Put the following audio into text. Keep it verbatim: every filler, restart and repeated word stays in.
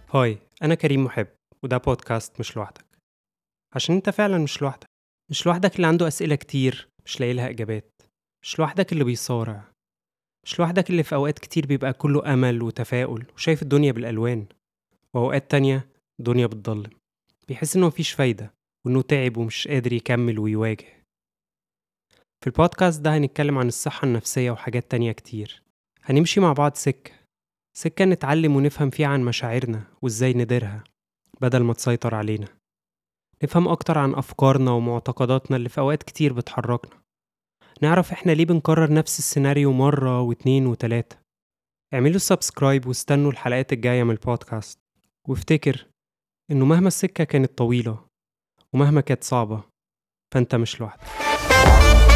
هاي، أنا كريم محب، وده بودكاست مش لوحدك. عشان أنت فعلا مش لوحدك. مش لوحدك اللي عنده أسئلة كتير مش لاقي لها إجابات. مش لوحدك اللي بيصارع. مش لوحدك اللي في أوقات كتير بيبقى كله أمل وتفاؤل وشايف الدنيا بالألوان، وأوقات تانية الدنيا بتضلم، بيحس إنه مفيش فايدة وإنه تعب ومش قادر يكمل ويواجه. في البودكاست ده هنتكلم عن الصحة النفسية وحاجات تانية كتير. هنمشي مع بعض سكة سكة نتعلم ونفهم فيها عن مشاعرنا وإزاي نديرها بدل ما تسيطر علينا. نفهم أكتر عن أفكارنا ومعتقداتنا اللي في أوقات كتير بتحركنا. نعرف إحنا ليه بنكرر نفس السيناريو مرة واتنين وتلاتة. اعملوا سبسكرايب واستنوا الحلقات الجاية من البودكاست. وافتكر إنه مهما السكة كانت طويلة ومهما كانت صعبة، فأنت مش لوحدك.